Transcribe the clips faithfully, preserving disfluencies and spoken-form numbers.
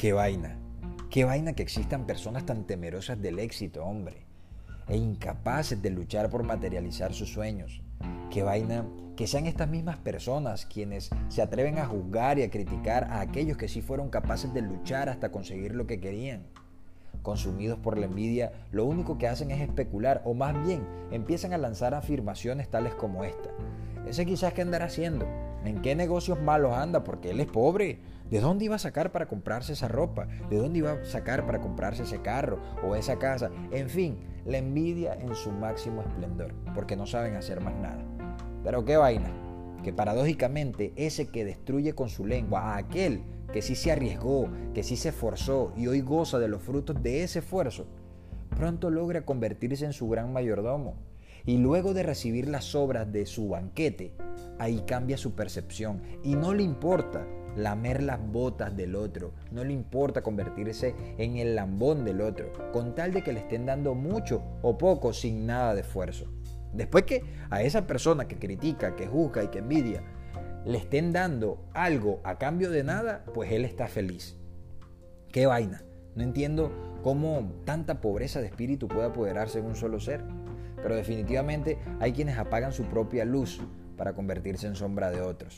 Qué vaina, qué vaina que existan personas tan temerosas del éxito, hombre, e incapaces de luchar por materializar sus sueños. Qué vaina que sean estas mismas personas quienes se atreven a juzgar y a criticar a aquellos que sí fueron capaces de luchar hasta conseguir lo que querían. Consumidos por la envidia, lo único que hacen es especular, o más bien empiezan a lanzar afirmaciones tales como esta: ese quizás qué andará haciendo, en qué negocios malos anda porque él es pobre, ¿de dónde iba a sacar para comprarse esa ropa? ¿De dónde iba a sacar para comprarse ese carro o esa casa? En fin, la envidia en su máximo esplendor, porque no saben hacer más nada. Pero qué vaina, que paradójicamente ese que destruye con su lengua a aquel que sí se arriesgó, que sí se esforzó y hoy goza de los frutos de ese esfuerzo, pronto logra convertirse en su gran mayordomo. Y luego de recibir las sobras de su banquete, ahí cambia su percepción y no le importa lamer las botas del otro, no le importa convertirse en el lambón del otro, con tal de que le estén dando mucho o poco sin nada de esfuerzo. Después que a esa persona que critica, que juzga y que envidia, le estén dando algo a cambio de nada, pues él está feliz. ¡Qué vaina! No entiendo cómo tanta pobreza de espíritu puede apoderarse en un solo ser. Pero definitivamente hay quienes apagan su propia luz para convertirse en sombra de otros.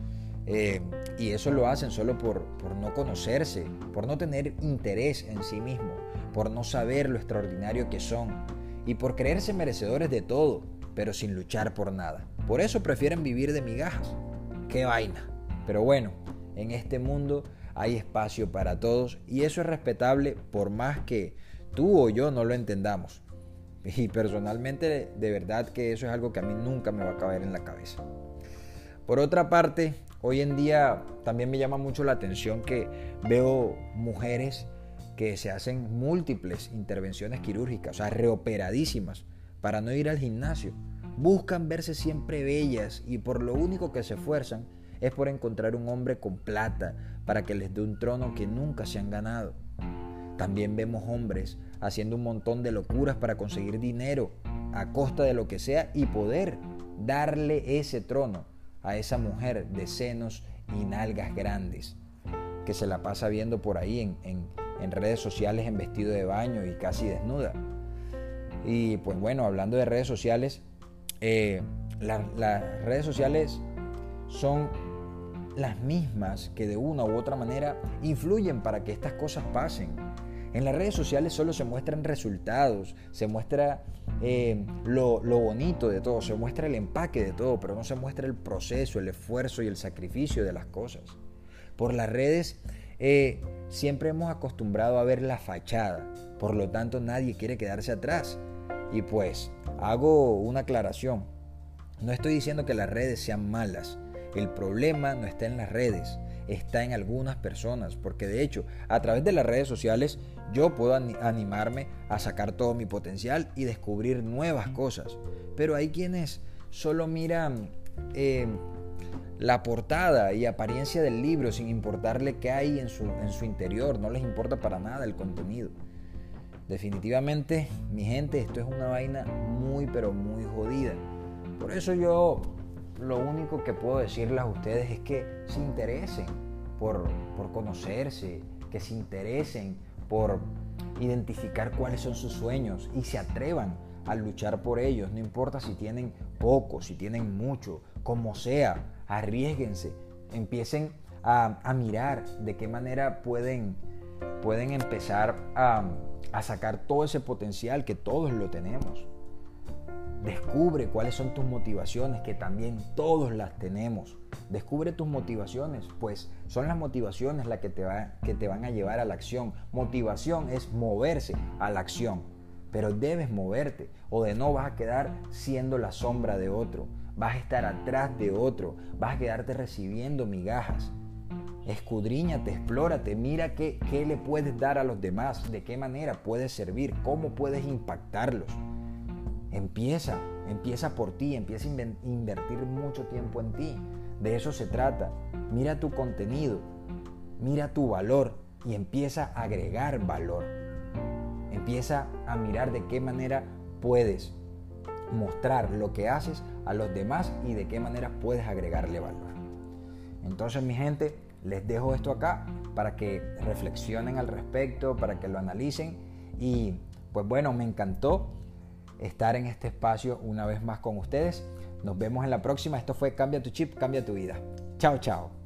Eh, y eso lo hacen solo por, por no conocerse, por no tener interés en sí mismo, por no saber lo extraordinario que son y por creerse merecedores de todo, pero sin luchar por nada. Por eso prefieren vivir de migajas. ¡Qué vaina! Pero bueno, en este mundo hay espacio para todos y eso es respetable por más que tú o yo no lo entendamos. Y personalmente, de verdad que eso es algo que a mí nunca me va a caber en la cabeza. Por otra parte, hoy en día también me llama mucho la atención que veo mujeres que se hacen múltiples intervenciones quirúrgicas, o sea, reoperadísimas, para no ir al gimnasio. Buscan verse siempre bellas y por lo único que se esfuerzan es por encontrar un hombre con plata para que les dé un trono que nunca se han ganado. También vemos hombres haciendo un montón de locuras para conseguir dinero a costa de lo que sea y poder darle ese trono a esa mujer de senos y nalgas grandes que se la pasa viendo por ahí en, en, en redes sociales en vestido de baño y casi desnuda. Y pues bueno, hablando de redes sociales, eh, la, las redes sociales son las mismas que de una u otra manera influyen para que estas cosas pasen. En las redes sociales solo se muestran resultados, se muestra eh, lo, lo bonito de todo, se muestra el empaque de todo, pero no se muestra el proceso, el esfuerzo y el sacrificio de las cosas. Por las redes eh, siempre hemos acostumbrado a ver la fachada, por lo tanto nadie quiere quedarse atrás. Y pues hago una aclaración, no estoy diciendo que las redes sean malas, el problema no está en las redes, está en algunas personas, porque de hecho a través de las redes sociales yo puedo animarme a sacar todo mi potencial y descubrir nuevas cosas, pero hay quienes solo miran eh, la portada y apariencia del libro sin importarle qué hay en su, en su interior, no les importa para nada el contenido. Definitivamente, mi gente, esto es una vaina muy pero muy jodida. Por eso yo lo único que puedo decirles a ustedes es que se interesen por, por conocerse, que se interesen por identificar cuáles son sus sueños y se atrevan a luchar por ellos, no importa si tienen poco, si tienen mucho, como sea, arriésguense, empiecen a, a mirar de qué manera pueden, pueden empezar a, a sacar todo ese potencial que todos lo tenemos. Descubre cuáles son tus motivaciones, que también todos las tenemos. Descubre tus motivaciones, pues son las motivaciones las que te, va, que te van a llevar a la acción. Motivación es moverse a la acción, pero debes moverte o de no vas a quedar siendo la sombra de otro. Vas a estar atrás de otro, vas a quedarte recibiendo migajas. Escudriñate, explórate, mira qué, qué le puedes dar a los demás, de qué manera puedes servir, cómo puedes impactarlos. Empieza, empieza por ti, empieza a invertir mucho tiempo en ti. De eso se trata. Mira tu contenido, mira tu valor y empieza a agregar valor. Empieza a mirar de qué manera puedes mostrar lo que haces a los demás y de qué manera puedes agregarle valor. Entonces, mi gente, les dejo esto acá para que reflexionen al respecto, para que lo analicen. Y pues bueno, me encantó estar en este espacio una vez más con ustedes. Nos vemos en la próxima. Esto fue Cambia tu Chip, Cambia tu Vida. Chao, chao.